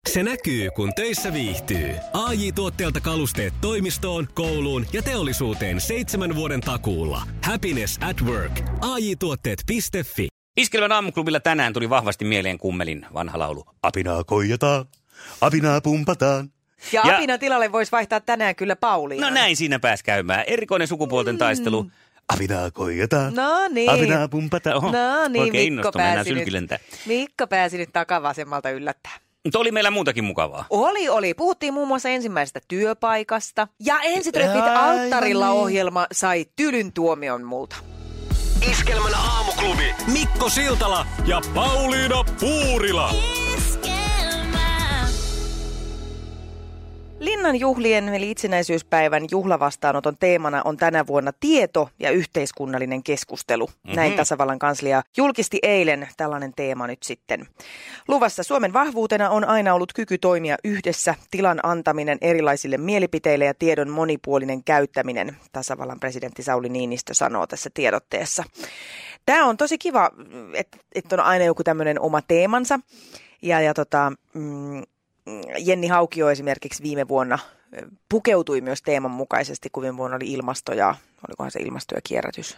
Se näkyy, kun töissä viihtyy. AJ Tuotteelta kalusteet toimistoon, kouluun ja teollisuuteen 7 vuoden takuulla. Happiness at work. AJ-tuotteet.fi. Iskelmän aamuklubilla tänään tuli vahvasti mieleen Kummelin vanha laulu. Apinaa koijataan, apinaa pumpataan. Ja apinan tilalle voisi vaihtaa tänään kyllä Pauliina. No näin siinä pääsi käymään. Erikoinen sukupuolten taistelu. Apinaa koijataan, no niin. apinaa pumpataan. Oho, no niin, oikein Mikko pääsi nyt takavasemmalta yllättää. Mutta oli meillä muutakin mukavaa. Oli. Puhuttiin muun muassa ensimmäisestä työpaikasta. Ja Ensitreffit alttarilla ohjelma sai tylyn tuomion multa. Iskelmän aamuklubi. Mikko Siltala ja Pauliina Puurila. Linnan juhlien eli itsenäisyyspäivän juhlavastaanoton teemana on tänä vuonna tieto ja yhteiskunnallinen keskustelu. Näin tasavallan kanslia julkisti eilen tällainen teema nyt sitten. Luvassa Suomen vahvuutena on aina ollut kyky toimia yhdessä, tilan antaminen erilaisille mielipiteille ja tiedon monipuolinen käyttäminen, tasavallan presidentti Sauli Niinistö sanoo tässä tiedotteessa. Tämä on tosi kiva, että on aina joku tämmöinen oma teemansa Jenni Haukio esimerkiksi viime vuonna pukeutui myös teeman mukaisesti, kun viime vuonna oli ilmasto ja, olikohan se ilmasto ja kierrätys?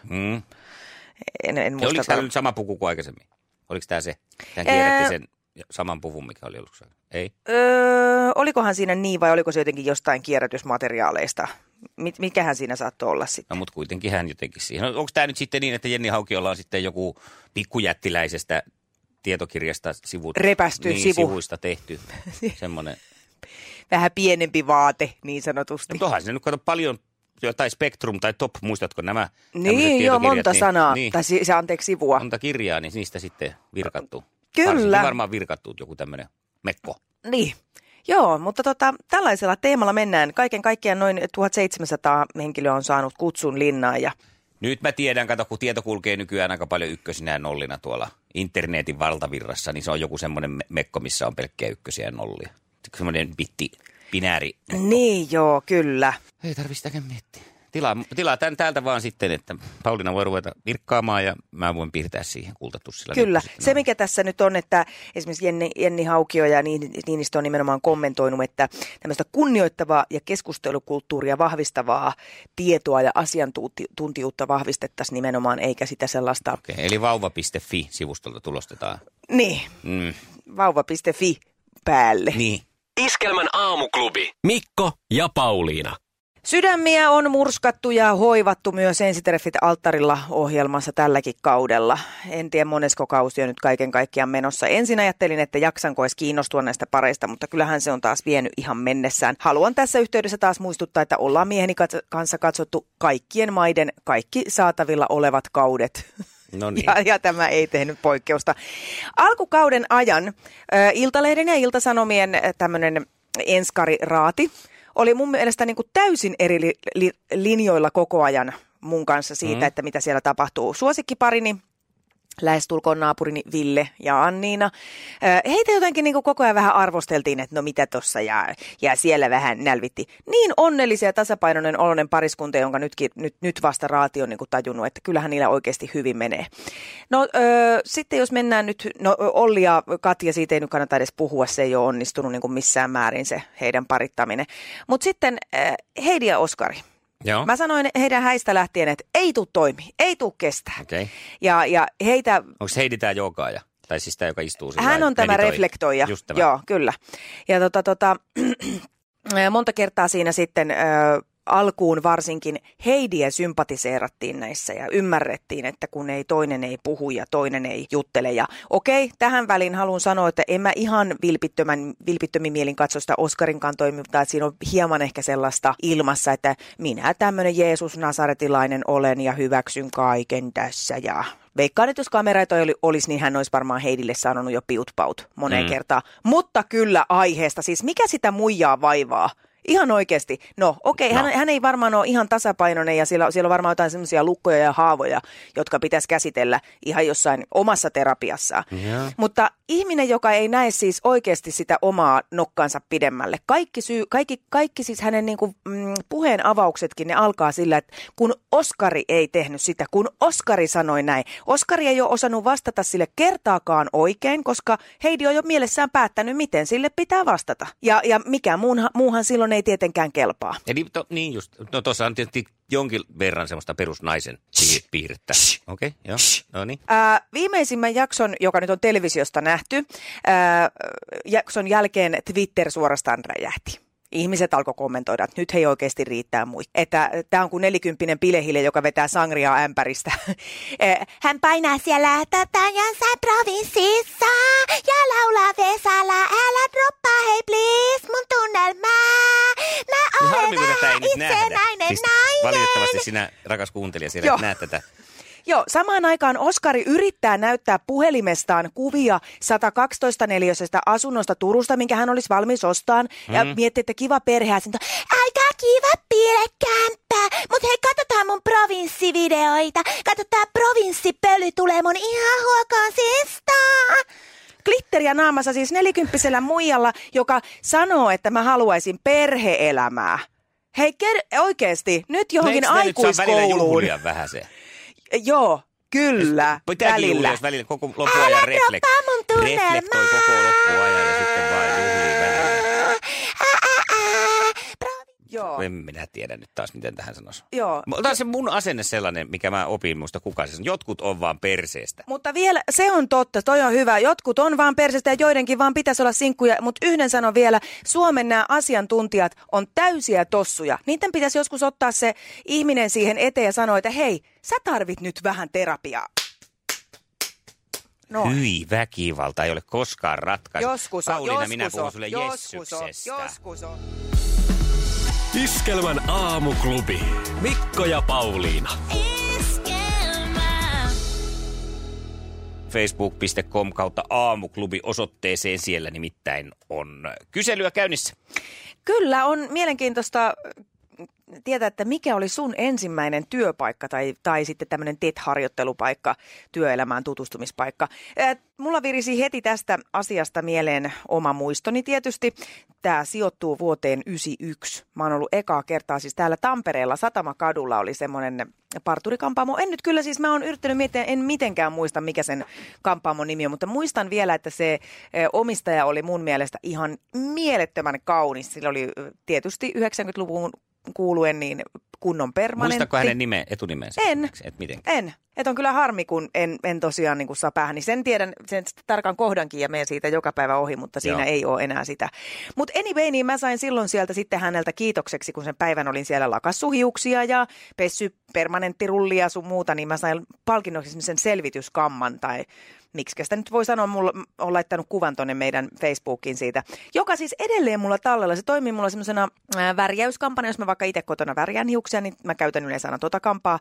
En muista. Oliko tämä nyt sama puku kuin aikaisemmin? Oliko tämä se? Tämä kierrätti sen saman puvun, mikä oli aluksi? Ei? Olikohan siinä niin vai oliko se jotenkin jostain kierrätysmateriaaleista? Mikähän siinä saattoi olla sitten? No mutta kuitenkin hän jotenkin siihen. Onko tämä nyt sitten niin, että Jenni Haukiolla on sitten joku pikkujättiläisestä tietokirjasta sivuista tehty semmoinen. Vähän pienempi vaate niin sanotusti. No onhan se nyt kato paljon, tai Spektrum tai Top, muistatko nämä niin, joo, monta sanaa, tai sivua. Monta kirjaa, niin niistä sitten virkattuu. Kyllä. Varmaan virkattuu joku tämmöinen mekko. Niin. Joo, mutta tällaisella teemalla mennään. Kaiken kaikkiaan noin 1700 henkilöä on saanut kutsun Linnaan ja nyt mä tiedän, kato, kun tieto kulkee nykyään aika paljon ykkösinä ja nollina tuolla internetin valtavirrassa, niin se on joku semmoinen mekko, missä on pelkkiä ykkösiä ja nollia. Semmoinen binääri. Niin joo, kyllä. Ei tarvitse sitäkään miettiä. Tilaa tämän täältä vaan sitten, että Pauliina voi ruveta virkkaamaan ja mä voin piirtää siihen kultatussilla. Kyllä. Se mikä tässä nyt on, että esimerkiksi Jenni Haukio ja Niinistö on nimenomaan kommentoinut, että tämmöistä kunnioittavaa ja keskustelukulttuuria vahvistavaa tietoa ja asiantuntijuutta vahvistettaisiin nimenomaan, eikä sitä sellaista. Okei, eli vauva.fi-sivustolta tulostetaan. Niin, vauva.fi päälle. Niin. Iskelmän aamuklubi. Mikko ja Pauliina. Sydämiä on murskattu ja hoivattu myös Ensitreffit alttarilla ohjelmassa tälläkin kaudella. En tiedä monesko kausi on nyt kaiken kaikkiaan menossa. Ensin ajattelin, että jaksanko edes kiinnostua näistä pareista, mutta kyllähän se on taas vienyt ihan mennessään. Haluan tässä yhteydessä taas muistuttaa, että ollaan mieheni kanssa katsottu kaikkien maiden kaikki saatavilla olevat kaudet. No niin. Ja tämä ei tehnyt poikkeusta. Alkukauden ajan Iltalehden ja Iltasanomien tämmöinen enskari-raati oli mun mielestä niin kuin täysin eri linjoilla koko ajan mun kanssa siitä, että mitä siellä tapahtuu. Suosikkiparini, lähestulkoon naapurini Ville ja Anniina. Heitä jotenkin niin kuin koko ajan vähän arvosteltiin, että no mitä tossa ja siellä vähän nälvitti. Niin onnellisia ja tasapainoinen oloinen pariskunta, jonka nyt vasta raati on niin kuin tajunnut, että kyllähän niillä oikeasti hyvin menee. No sitten jos mennään nyt, no Olli ja Katja, siitä ei nyt kannata edes puhua, se ei ole onnistunut niin kuin missään määrin se heidän parittaminen. Mutta sitten Heidi ja Oskari. Joo. Mä sanoin heidän häistä lähtien, että ei tuu toimia, ei tuu kestää. Okay. Ja heitä. Onko Heidi tämä joogaaja? Tai siis tämä, joka istuu sillä hän on tämä reflektoija. Just tämä. Joo, kyllä. Ja monta kertaa siinä sitten alkuun varsinkin Heidiä sympatiseerattiin näissä ja ymmärrettiin, että kun toinen ei puhu ja toinen ei juttele. Ja okei, tähän väliin haluan sanoa, että en mä ihan vilpittömin mielin katso sitä Oskarinkaan toimintaa, että siinä on hieman ehkä sellaista ilmassa, että minä tämmöinen Jeesus Nasaretilainen olen ja hyväksyn kaiken tässä ja veikkaan, että jos kameroita olisi, niin hän olisi varmaan Heidille sanonut jo piut-paut moneen kertaan. Mutta kyllä aiheesta, siis mikä sitä muijaa vaivaa, Ihan oikeasti. No okei, hän ei varmaan ole ihan tasapainoinen ja siellä on varmaan jotain semmoisia lukkoja ja haavoja, jotka pitäisi käsitellä ihan jossain omassa terapiassaan. Yeah. Mutta ihminen, joka ei näe siis oikeasti sitä omaa nokkansa pidemmälle. Kaikki siis hänen niinku, puheen avauksetkin, ne alkaa sillä, että kun Oskari ei tehnyt sitä, kun Oskari sanoi näin. Oskari ei ole osannut vastata sille kertaakaan oikein, koska Heidi on jo mielessään päättänyt, miten sille pitää vastata. Ja mikä muuhan silloin ei tietenkään kelpaa. Eli niin just, no tuossa on tietysti jonkin verran semmoista perusnaisen piirrettä. Okei, joo, no niin. Viimeisimmän jakson, joka nyt on televisiosta nähty, jakson jälkeen Twitter suorastaan räjähti. Ihmiset alkoi kommentoida, että nyt hei oikeasti riittää muita. Että tämä on kuin 40 pilehille, joka vetää sangriaa ämpäristä. Hän painaa siellä jossain provinssissa ja laulaa Vesala, älä droppaa hei please mun tunnelmaa. Mä olen itsenäinen nainen. Valitettavasti sinä, rakas kuuntelija, siellä et näe tätä. Joo, samaan aikaan Oskari yrittää näyttää puhelimestaan kuvia 112-neliöisestä asunnosta Turusta, minkä hän olisi valmis ostamaan. Ja miettii, että kiva perheasunto. Aika kiva piilekämppä. Mutta hei, katsotaan mun provinssivideoita. Katsotaan provinssipöly tulee mun ihan huokoisista. Glitteriä naamassa siis 40-sellä muijalla, joka sanoo, että mä haluaisin perhe-elämää. Hei, oikeesti, nyt johonkin aikuiskouluun. Eikö välillä juhlia vähän se? Joo, kyllä. Pitääkin juhlia, jos välillä koko loppuajan reflektoi koko loppuajan ja sitten vaan juhlii välillä. Joo. En minä tiedä nyt taas, miten tähän sanoisi. Joo. Tämä on se mun asenne sellainen, mikä mä opin muista kukaan. Jotkut on vaan perseestä. Mutta vielä, se on totta, toi on hyvä. Jotkut on vaan perseestä ja joidenkin vaan pitäisi olla sinkkuja. Mutta yhden sanon vielä, Suomen nämä asiantuntijat on täysiä tossuja. Niiden pitäisi joskus ottaa se ihminen siihen eteen ja sanoa, että hei, sä tarvit nyt vähän terapiaa. No. Hyi, väkivalta ei ole koskaan ratkaisu. Joskus on, Pauliina, joskus minä puhun on, sulle joskus on. Iskelmän aamuklubi. Mikko ja Pauliina. Facebook.com kautta aamuklubi osoitteeseen, siellä nimittäin on kyselyä käynnissä. Kyllä, on mielenkiintoista tietää, että mikä oli sun ensimmäinen työpaikka tai sitten tämmöinen TET-harjoittelupaikka, työelämään tutustumispaikka. Mulla virisi heti tästä asiasta mieleen oma muistoni tietysti. Tämä sijoittuu vuoteen 1991. Mä oon ollut ekaa kertaa siis täällä Tampereella Satamakadulla oli semmoinen parturikampaamo. En nyt kyllä siis, mä oon yrittänyt miettiä, en mitenkään muista mikä sen kampaamon nimi on, mutta muistan vielä, että se omistaja oli mun mielestä ihan mielettömän kaunis. Sillä oli tietysti 90-luvun kuuluen niin kunnon permanentti. Muistatko hänen etunimensä? En. Että on kyllä harmi, kun en tosiaan niin kuin saa päähän. Niin sen tiedän, sen tarkan kohdankin ja menen siitä joka päivä ohi, mutta siinä ei ole enää sitä. Mutta anyway, niin mä sain silloin sieltä sitten häneltä kiitokseksi, kun sen päivän olin siellä lakassuhiuksia ja pessy permanenttirullia ja sun muuta, niin mä sain palkinnoksi sen selvityskamman tai miksi sitä nyt voi sanoa, mulla on laittanut kuvan tonne meidän Facebookiin siitä, joka siis edelleen mulla tallella. Se toimii mulla semmoisena värjäyskampana, jos mä vaikka itse kotona värjään hiuksia, niin mä käytän yleensä aina tota kampaa.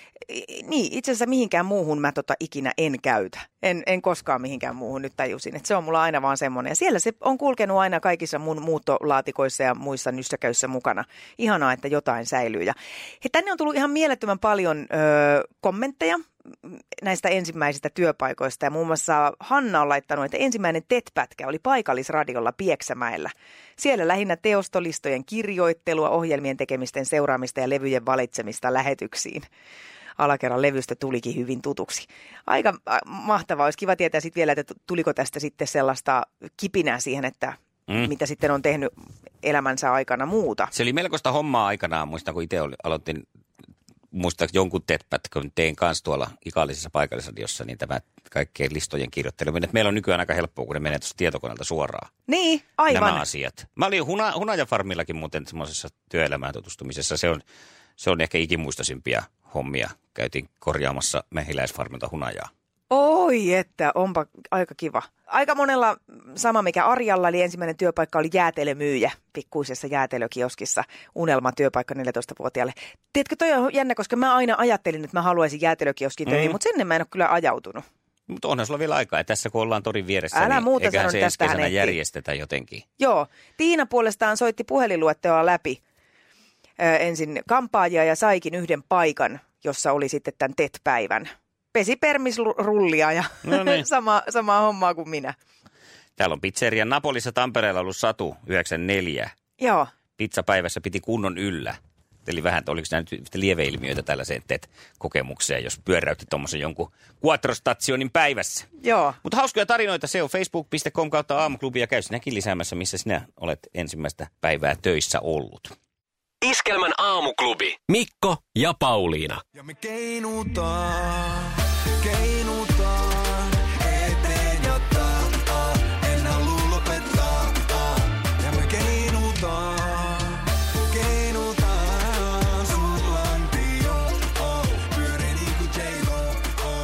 Niin, itse asiassa mihinkään muuhun mä ikinä en käytä. En koskaan mihinkään muuhun, nyt tajusin. Että se on mulla aina vaan semmoinen. Ja siellä se on kulkenut aina kaikissa mun muuttolaatikoissa ja muissa nyssäköissä mukana. Ihanaa, että jotain säilyy. Ja tänne on tullut ihan mielettömän paljon kommentteja näistä ensimmäisistä työpaikoista. Ja muun muassa Hanna on laittanut, että ensimmäinen TET-pätkä oli paikallisradiolla Pieksämäellä. Siellä lähinnä teostolistojen kirjoittelua, ohjelmien tekemisten seuraamista ja levyjen valitsemista lähetyksiin. Alakerran levystä tulikin hyvin tutuksi. Aika mahtavaa. Olisi kiva tietää sitten vielä, että tuliko tästä sitten sellaista kipinää siihen, että mitä sitten on tehnyt elämänsä aikana muuta. Se oli melkoista hommaa aikanaan. Muistan, kun itse aloitin, jonkun TET-pätkön tein kanssa tuolla ikallisessa paikallisradiossa, niin tämä kaikkien listojen kirjoitteleminen. Meillä on nykyään aika helppoa, kun ne menee tuosta tietokoneelta suoraan. Niin, aivan. Nämä asiat. Mä olin Hunajafarmillakin muuten semmoisessa työelämään tutustumisessa. Se on ehkä ikimuistoisimpia hommia. Käytiin korjaamassa mehiläisfarmilta hunajaa. Oi, että onpa aika kiva. Aika monella sama mikä Arjalla, eli ensimmäinen työpaikka oli jäätelömyyjä pikkuisessa jäätelökioskissa. Unelmatyöpaikka 14-vuotiaalle. Tiedätkö, toi on jännä, koska mä aina ajattelin, että mä haluaisin jäätelökioskin töihin, mutta sinne mä en ole kyllä ajautunut. Mutta onhan sulla vielä aikaa. Ja tässä kun ollaan torin vieressä, Älä niin muuta eiköhän sano se ensi tästä kesänä hänettiin. järjestetä jotenkin. Joo. Tiina puolestaan soitti puhelinluetteloa läpi ensin kampaajia ja saikin yhden paikan, jossa oli sitten tämän TET-päivän. Pesi permisrullia ja No niin. samaa hommaa kuin minä. Täällä on pizzeria Napolissa Tampereella ollut Satu 94. Joo. Pizzapäivässä piti kunnon yllä. Eli vähän, että oliko nämä nyt lieveilmiöitä tällaiseen kokemukseen, jos pyöräytti tuommoisen jonkun quattro-stationin päivässä. Joo. Mutta hauskoja tarinoita se on facebook.com/aamuklubi ja käy sinäkin lisäämässä, missä sinä olet ensimmäistä päivää töissä ollut. Iskelmän aamuklubi. Mikko ja Pauliina. Ja me keinutaan, eteen ja taa, en halua lopettaa. Ja me keinutaan, sun lantio, pyörii niinku J-Lo.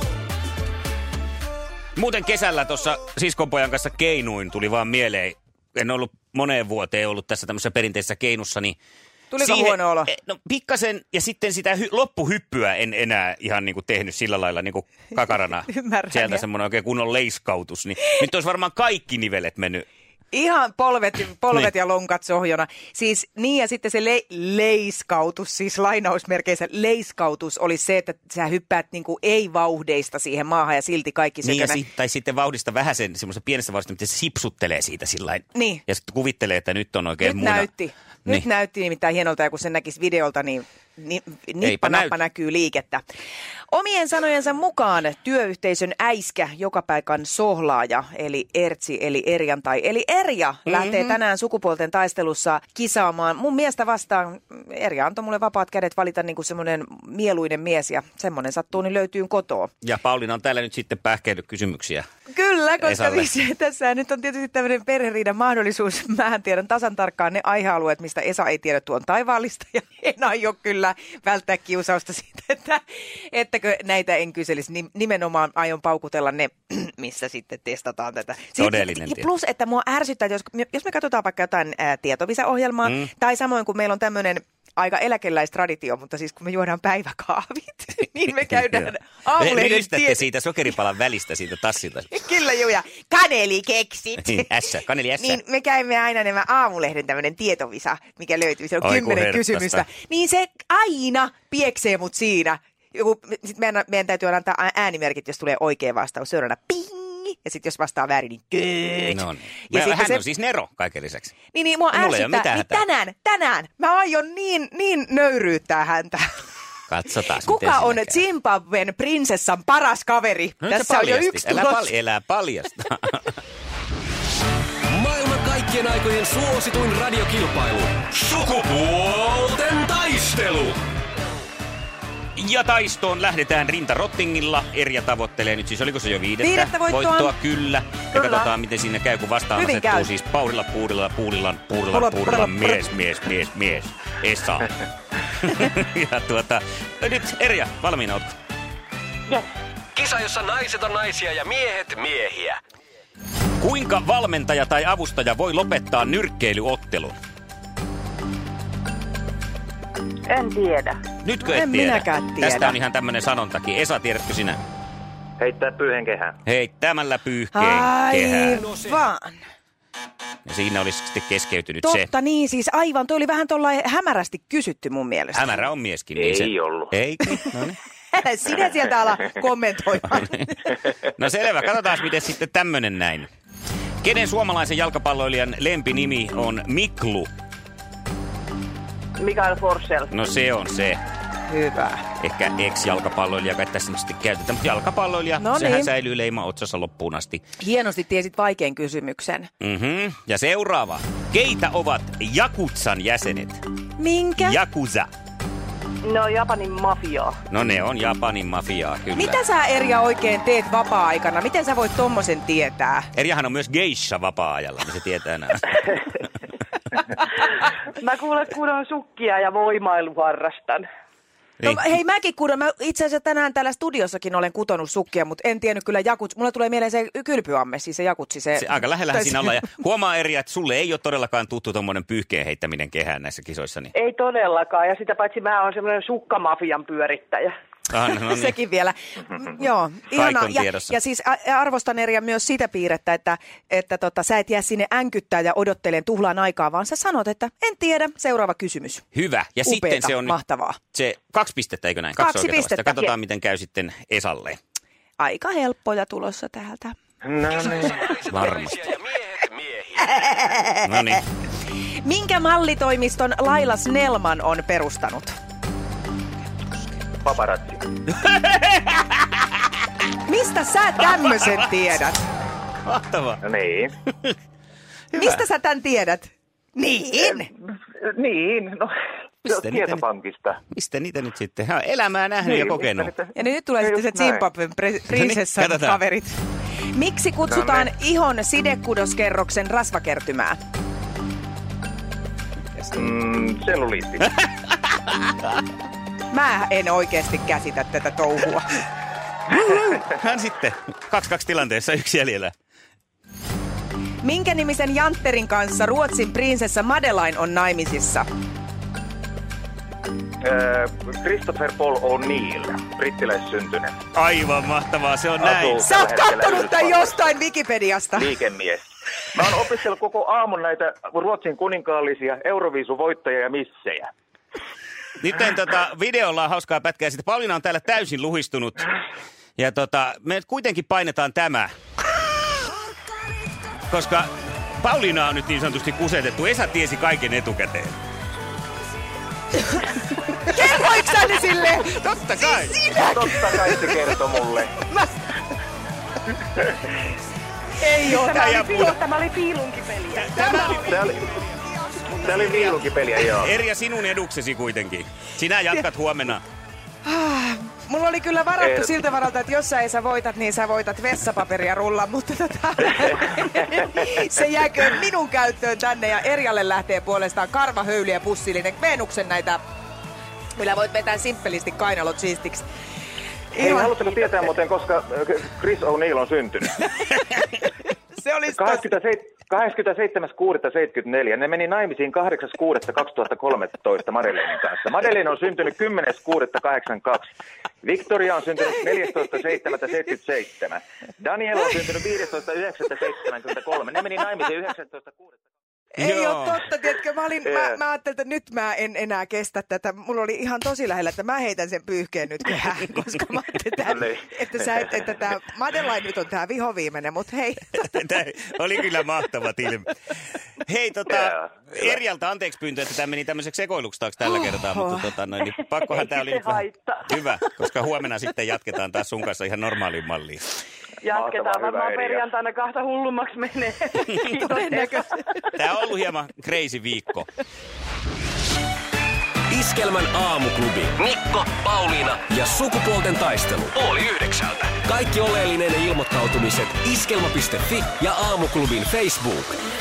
Muuten kesällä tuossa siskonpojan kanssa keinuin, tuli vaan mieleen. En ollut moneen vuoteen ollut tässä tämmöisessä perinteisessä keinussa, niin Tuliko huono olo? No pikkasen, ja sitten sitä loppuhyppyä en enää ihan niin kuin tehnyt sillä lailla niin kuin kakarana. Ymmärrän, Sieltä ja. semmoinen oikein kunnon leiskautus. Niin nyt olisi varmaan kaikki nivelet mennyt. Ihan polvet ja lonkat sohjona. Siis niin ja sitten se leiskautus, siis lainausmerkeissä leiskautus oli se, että sä hyppäät niinku ei-vauhdeista siihen maahan ja silti kaikki Niin sekönä. tai sitten vauhdista vähän sen semmoisen pienestä vauhdista, miten se sipsuttelee siitä sillain. Niin. Ja sitten kuvittelee, että nyt on oikein Nyt muna. näytti. Nyt näytti nimittäin hienolta, ja kun sen näkisi videolta, niin nippa-nappa näkyy liikettä. Omien sanojensa mukaan työyhteisön äiskä, joka paikan sohlaaja, eli Ertsi, eli Erjantai, eli Erja lähtee tänään sukupuolten taistelussa kisaamaan. Mun miestä vastaan Erja antoi mulle vapaat kädet valita niin kuin semmoinen mieluinen mies, ja semmoinen sattuu, niin löytyy kotoa. Ja Pauliina on täällä nyt sitten pähkeillyt kysymyksiä. Kyllä, koska Esalle. tässä nyt on tietysti tämmöinen perheriidan mahdollisuus. Mähän tiedän tasan tarkkaan ne aihealueet, mistä Esa ei tiedä tuon taivaallista. Ja en aio kyllä välttää kiusausta siitä, ettäkö näitä en kyselisi. Nimenomaan aion paukutella ne, missä sitten testataan tätä. Todellinen tieto. Plus, että mua ärsyttää, että jos me katsotaan vaikka jotain tietovisaohjelmaa, tai samoin kuin meillä on tämmöinen aika eläkeläistraditio, mutta siis kun me juodaan päiväkahvit, niin me käydään aamulehden Ryöstätte siitä sokeripalan välistä siitä tassilta. Kyllä juu, ja kanelikeksit. Kaneli ässä. Niin me käymme aina nämä aamulehden tämmöinen tietovisa, mikä löytyy. Se on Ai, 10 kun kysymystä. herttasta. Niin se aina pieksee mut siinä. Sitten meidän täytyy antaa äänimerkit, jos tulee oikea vastaus. Seuraavana ping. Ja sitten jos vastaa väärin, niin tööt. No niin. Ja sitten Hän on siis Nero kaiken lisäksi. Niin mua Mulla ei ole ärsyttää. mitään Niin tänään mä aion niin nöyryyttää häntä. Katsotaan. Kuka on Zimbabwen prinsessan paras kaveri? No, Tässä on jo yksi tulos. Elää paljasta. Maailman kaikkien aikojen suosituin radiokilpailu. Sukupuolten taistelu. Ja taistoon lähdetään Rinta Rottingilla. Erja tavoittelee nyt siis, oliko se jo Viidettä voittoa. Kyllä. Ja Kyllä. katsotaan, miten siinä käy, kun vastaan Hyvin asettuu käy. siis Puurilla, mies, Esa. Ja nyt Erja, valmiina ootko? Kisa, jossa naiset on naisia ja miehet miehiä. Kuinka valmentaja tai avustaja voi lopettaa nyrkkeilyottelun? En tiedä. Nytkö En et tiedä? minäkään tiedä. Tästä on ihan tämmönen sanontakin. Esa, tiedätkö sinä? Heittää pyyhen kehään. Heittämällä pyyhkeen kehään. Aivan. Ja siinä olisi sitten keskeytynyt se. Totta niin, siis aivan. Toi oli vähän tuollain hämärästi kysytty mun mielestä. Hämärä on mieskin. Ei niin se... ollut. Eikö? No niin. Sinä sieltä ala kommentoimaan. No selvä, katsotaan miten sitten tämmönen näin. Kenen suomalaisen jalkapalloilijan lempinimi on Miklu? Mikael Forsell. No se on se. Hyvä. Ehkä ex-jalkapalloilija, joka tässä nyt sitten käytetään. Mutta jalkapalloilija, No sehän niin. säilyy leima otsassa loppuun asti. Hienosti tiesit vaikean kysymyksen. Ja seuraava. Keitä ovat Jakutsan jäsenet? Minkä? Yakuza. No Japanin mafiaa. No ne on Japanin mafiaa, kyllä. Mitä sä Erja oikein teet vapaa-aikana? Miten sä voit tommosen tietää? Erjahan on myös geisha vapaa-ajalla, niin se tietää nämä. Mä kuulen sukkia ja voimailu harrastan. No, hei mäkin kuulen, mä itse asiassa tänään täällä studiossakin olen kutonut sukkia, mutta en tiennyt kyllä mulla tulee mieleen se kylpyamme, siis se jakutsi. Se Aika lähellähän siinä ollaan. Ja huomaa Erja, että sulle ei ole todellakaan tuttu tommonen pyyhkeen heittäminen kehään näissä kisoissa. Niin. Ei todellakaan, ja sitä paitsi mä oon semmoinen sukkamafian pyörittäjä. No niin. Sekin vielä. Joo, ihanaa. on tiedossa. Ja siis arvostan Erja myös sitä piirrettä, että sä et jää sinne änkyttää ja odotteleen tuhlaan aikaa, vaan sä sanot, että en tiedä, seuraava kysymys. Hyvä. Ja Upeeta, sitten se on mahtavaa. Se 2 pistettä, eikö näin? 2 pistettä. Ja katsotaan, miten käy sitten Esalle. Aika helppoja tulossa täältä. No niin. Varmasti. No niin. Minkä mallitoimiston Laila Snellman on perustanut? Paparazzi. Mistä sä tämmöisen tiedät? Mahtavaa. No niin. Mistä sä tän tiedät? Niin. Niin, no Mistä niitä tietopankista. Mistä niitä nyt sitten? Hän on elämää nähnyt ja kokenut. Ja nyt tulee sitten se Just näin. Zimbabwen prinsessan katsotaan. kaverit. Miksi kutsutaan ihon sidekudoskerroksen rasvakertymää? Selluliitti. Mä en oikeasti käsitä tätä touhua. Hän sitten 2-2 tilanteessa, 1 jäljellä. Minkä nimisen jantterin kanssa Ruotsin prinsessa Madeleine on naimisissa? Christopher Paul O'Neill, brittiläissyntyinen. Aivan mahtavaa, se on näin. Asuu Sä oot tällä hetkellä kattonut tän Yhdysvalloissa. jostain Wikipediasta. Liikemies. Mä oon opiskellut koko aamun näitä Ruotsin kuninkaallisia Euroviisuvoittajia ja missejä. Nyt videolla on hauskaa pätkää. Sitten Pauliina on täällä täysin luhistunut. Ja me kuitenkin painetaan tämä. Koska Pauliina on nyt niin sanotusti kusetettu. Esa tiesi kaiken etukäteen. Kerroitko sä ne silleen? Totta kai. Totta kai se kertoi mulle. Ei oo. Tämä oli piilunkipeliä. Tämä oli viilukipeliä, joo. Erja, sinun eduksesi kuitenkin. Sinä jatkat huomenna. Mulla oli kyllä varattu siltä varalta, että jos sä Esa voitat, niin sä voitat vessapaperia rullan, mutta se jääkö minun käyttöön tänne ja Erjalle lähtee puolestaan karvahöyliä pussillinen Venuksen näitä, millä voit vetää simppelisti kainalot siistiksi. Hei, haluatteko tietää muuten, koska Chris O'Neill on syntynyt? Se olisi 27.6.74. Ne meni naimisiin 8.6.2013 Madeleinin kanssa. Madeleine on syntynyt 10.6.82. Victoria on syntynyt 14.7.77. Daniel on syntynyt 15.9.73. Ne meni naimisiin 19.6. Ei Joo. ole totta, tiedätkö, mä ajattelin, että nyt mä en enää kestä tätä. Mulla oli ihan tosi lähellä, että mä heitän sen pyyhkeen nyt kehään, koska mä ajattelin, että tämä Madeleine nyt on tää vihoviimeinen, mutta hei. Tämä oli kyllä mahtava tilmi. Hei, Erjalta anteeksi pyyntö, että tämä meni tämmöiseksi sekoiluksi taas tällä kertaa, mutta niin pakkohan tämä oli nyt vähän hyvä, koska huomenna sitten jatketaan taas sun kanssa ihan normaaliin malliin. Jatketaan Hyvä, varmaan Erja. perjantaina kahta hullummaksi menee. Todennäköisesti. Tämä on ollut hieman crazy viikko. Iskelmän aamuklubi. Mikko, Pauliina ja sukupuolten taistelu. 8:30. Kaikki oleellinen ilmoittautumiset iskelma.fi ja aamuklubin Facebook.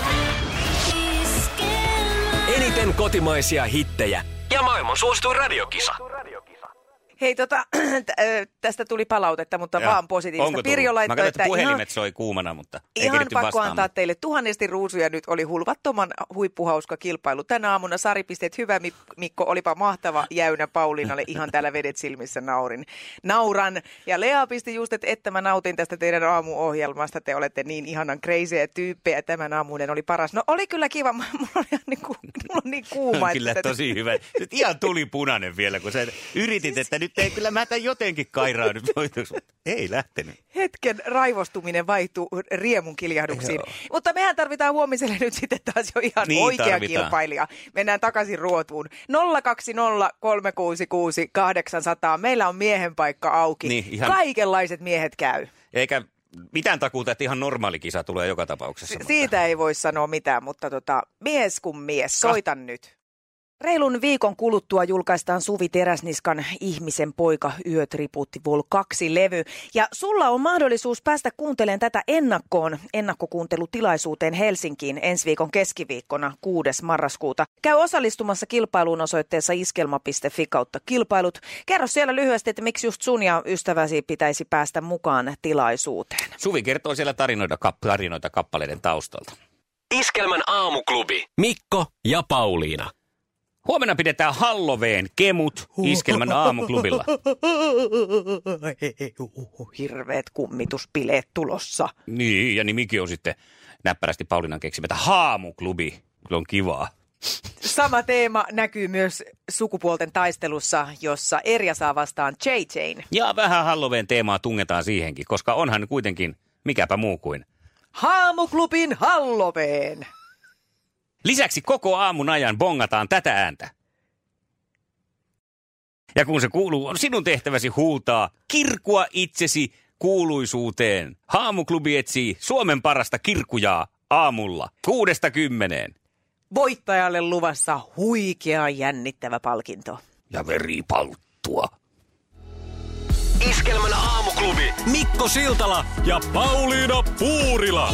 Eniten kotimaisia hittejä ja maailman suosituin radiokisa. Hei, tästä tuli palautetta, mutta Joo. vaan positiivista. Onko Pirjo tullut? Mä laittoi, katsoin, että että puhelimet soi kuumana, mutta ei ihan keritty pakko vastaamaan. antaa teille tuhannesti ruusuja. Nyt oli hulvattoman huippuhauska kilpailu. Tänä aamuna Sari-pisteet, hyvä Mikko, olipa mahtava jäynä Pauliinalle. Ihan täällä vedet silmissä nauran. Ja Lea pisti just, että mä nautin tästä teidän aamuohjelmasta. Te olette niin ihanan crazyä tyyppejä. Tämän aamuuden oli paras. No oli kyllä kiva. Mulla on niin kuuma. On kyllä tosi hyvä. Nyt ihan tuli punainen vielä, kun sä yritit, että nyt ei kyllä mä tämän jotenkin kairaa nyt voitoksi. Ei lähtenyt. Hetken raivostuminen vaihtuu riemun kiljahduksiin. Joo. Mutta mehän tarvitaan huomiselle nyt sitten taas jo ihan Niin, oikea tarvitaan. kilpailija. Mennään takaisin ruotuun. 020 366 800. Meillä on miehen paikka auki. Niin, ihan- Kaikenlaiset miehet käy. Eikä mitään takuuta, että ihan normaali kisa tulee joka tapauksessa. mutta- Siitä ei voi sanoa mitään, mutta mies kuin mies. Soitan nyt. Reilun viikon kuluttua julkaistaan Suvi Teräsniskan Ihmisen poika Yötribuutti Vol 2-levy. Ja sulla on mahdollisuus päästä kuuntelemaan tätä ennakkokuuntelutilaisuuteen Helsinkiin ensi viikon keskiviikkona 6. marraskuuta. Käy osallistumassa kilpailuun osoitteessa iskelma.fi/kilpailut. Kerro siellä lyhyesti, että miksi just sun ja ystäväsi pitäisi päästä mukaan tilaisuuteen. Suvi kertoo siellä tarinoita kappaleiden taustalta. Iskelmän aamuklubi. Mikko ja Pauliina. Huomenna pidetään Halloween kemut Iskelmän aamuklubilla. Hirveät kummituspileet tulossa. Niin, ja nimikin on sitten näppärästi Pauliinan keksimä, Haamuklubi. Kyllä on kivaa. Sama teema näkyy myös sukupuolten taistelussa, jossa Erja saa vastaan JJ:n. Ja vähän Halloween teemaa tungetaan siihenkin, koska onhan kuitenkin mikäpä muu kuin Haamuklubin Halloween. Lisäksi koko aamun ajan bongataan tätä ääntä. Ja kun se kuuluu, on sinun tehtäväsi huutaa kirkua itsesi kuuluisuuteen. Haamuklubi etsii Suomen parasta kirkujaa aamulla 6–10. Voittajalle luvassa huikea jännittävä palkinto. Ja veripalttua. Iskelmän aamuklubi. Mikko Siltala ja Pauliina Puurila.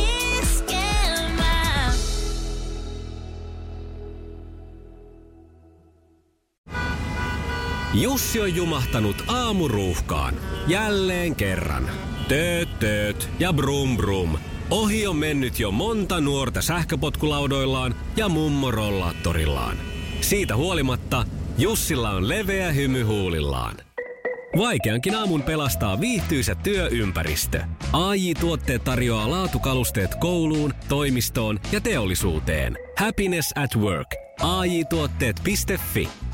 Jussi on jumahtanut aamuruuhkaan. Jälleen kerran. Tööt ja brum brum. Ohi on mennyt jo monta nuorta sähköpotkulaudoillaan ja mummorollaattorillaan. Siitä huolimatta Jussilla on leveä hymy huulillaan. Vaikeankin aamun pelastaa viihtyisä työympäristö. AJ-tuotteet tarjoaa laatukalusteet kouluun, toimistoon ja teollisuuteen. Happiness at work. AJ-tuotteet.fi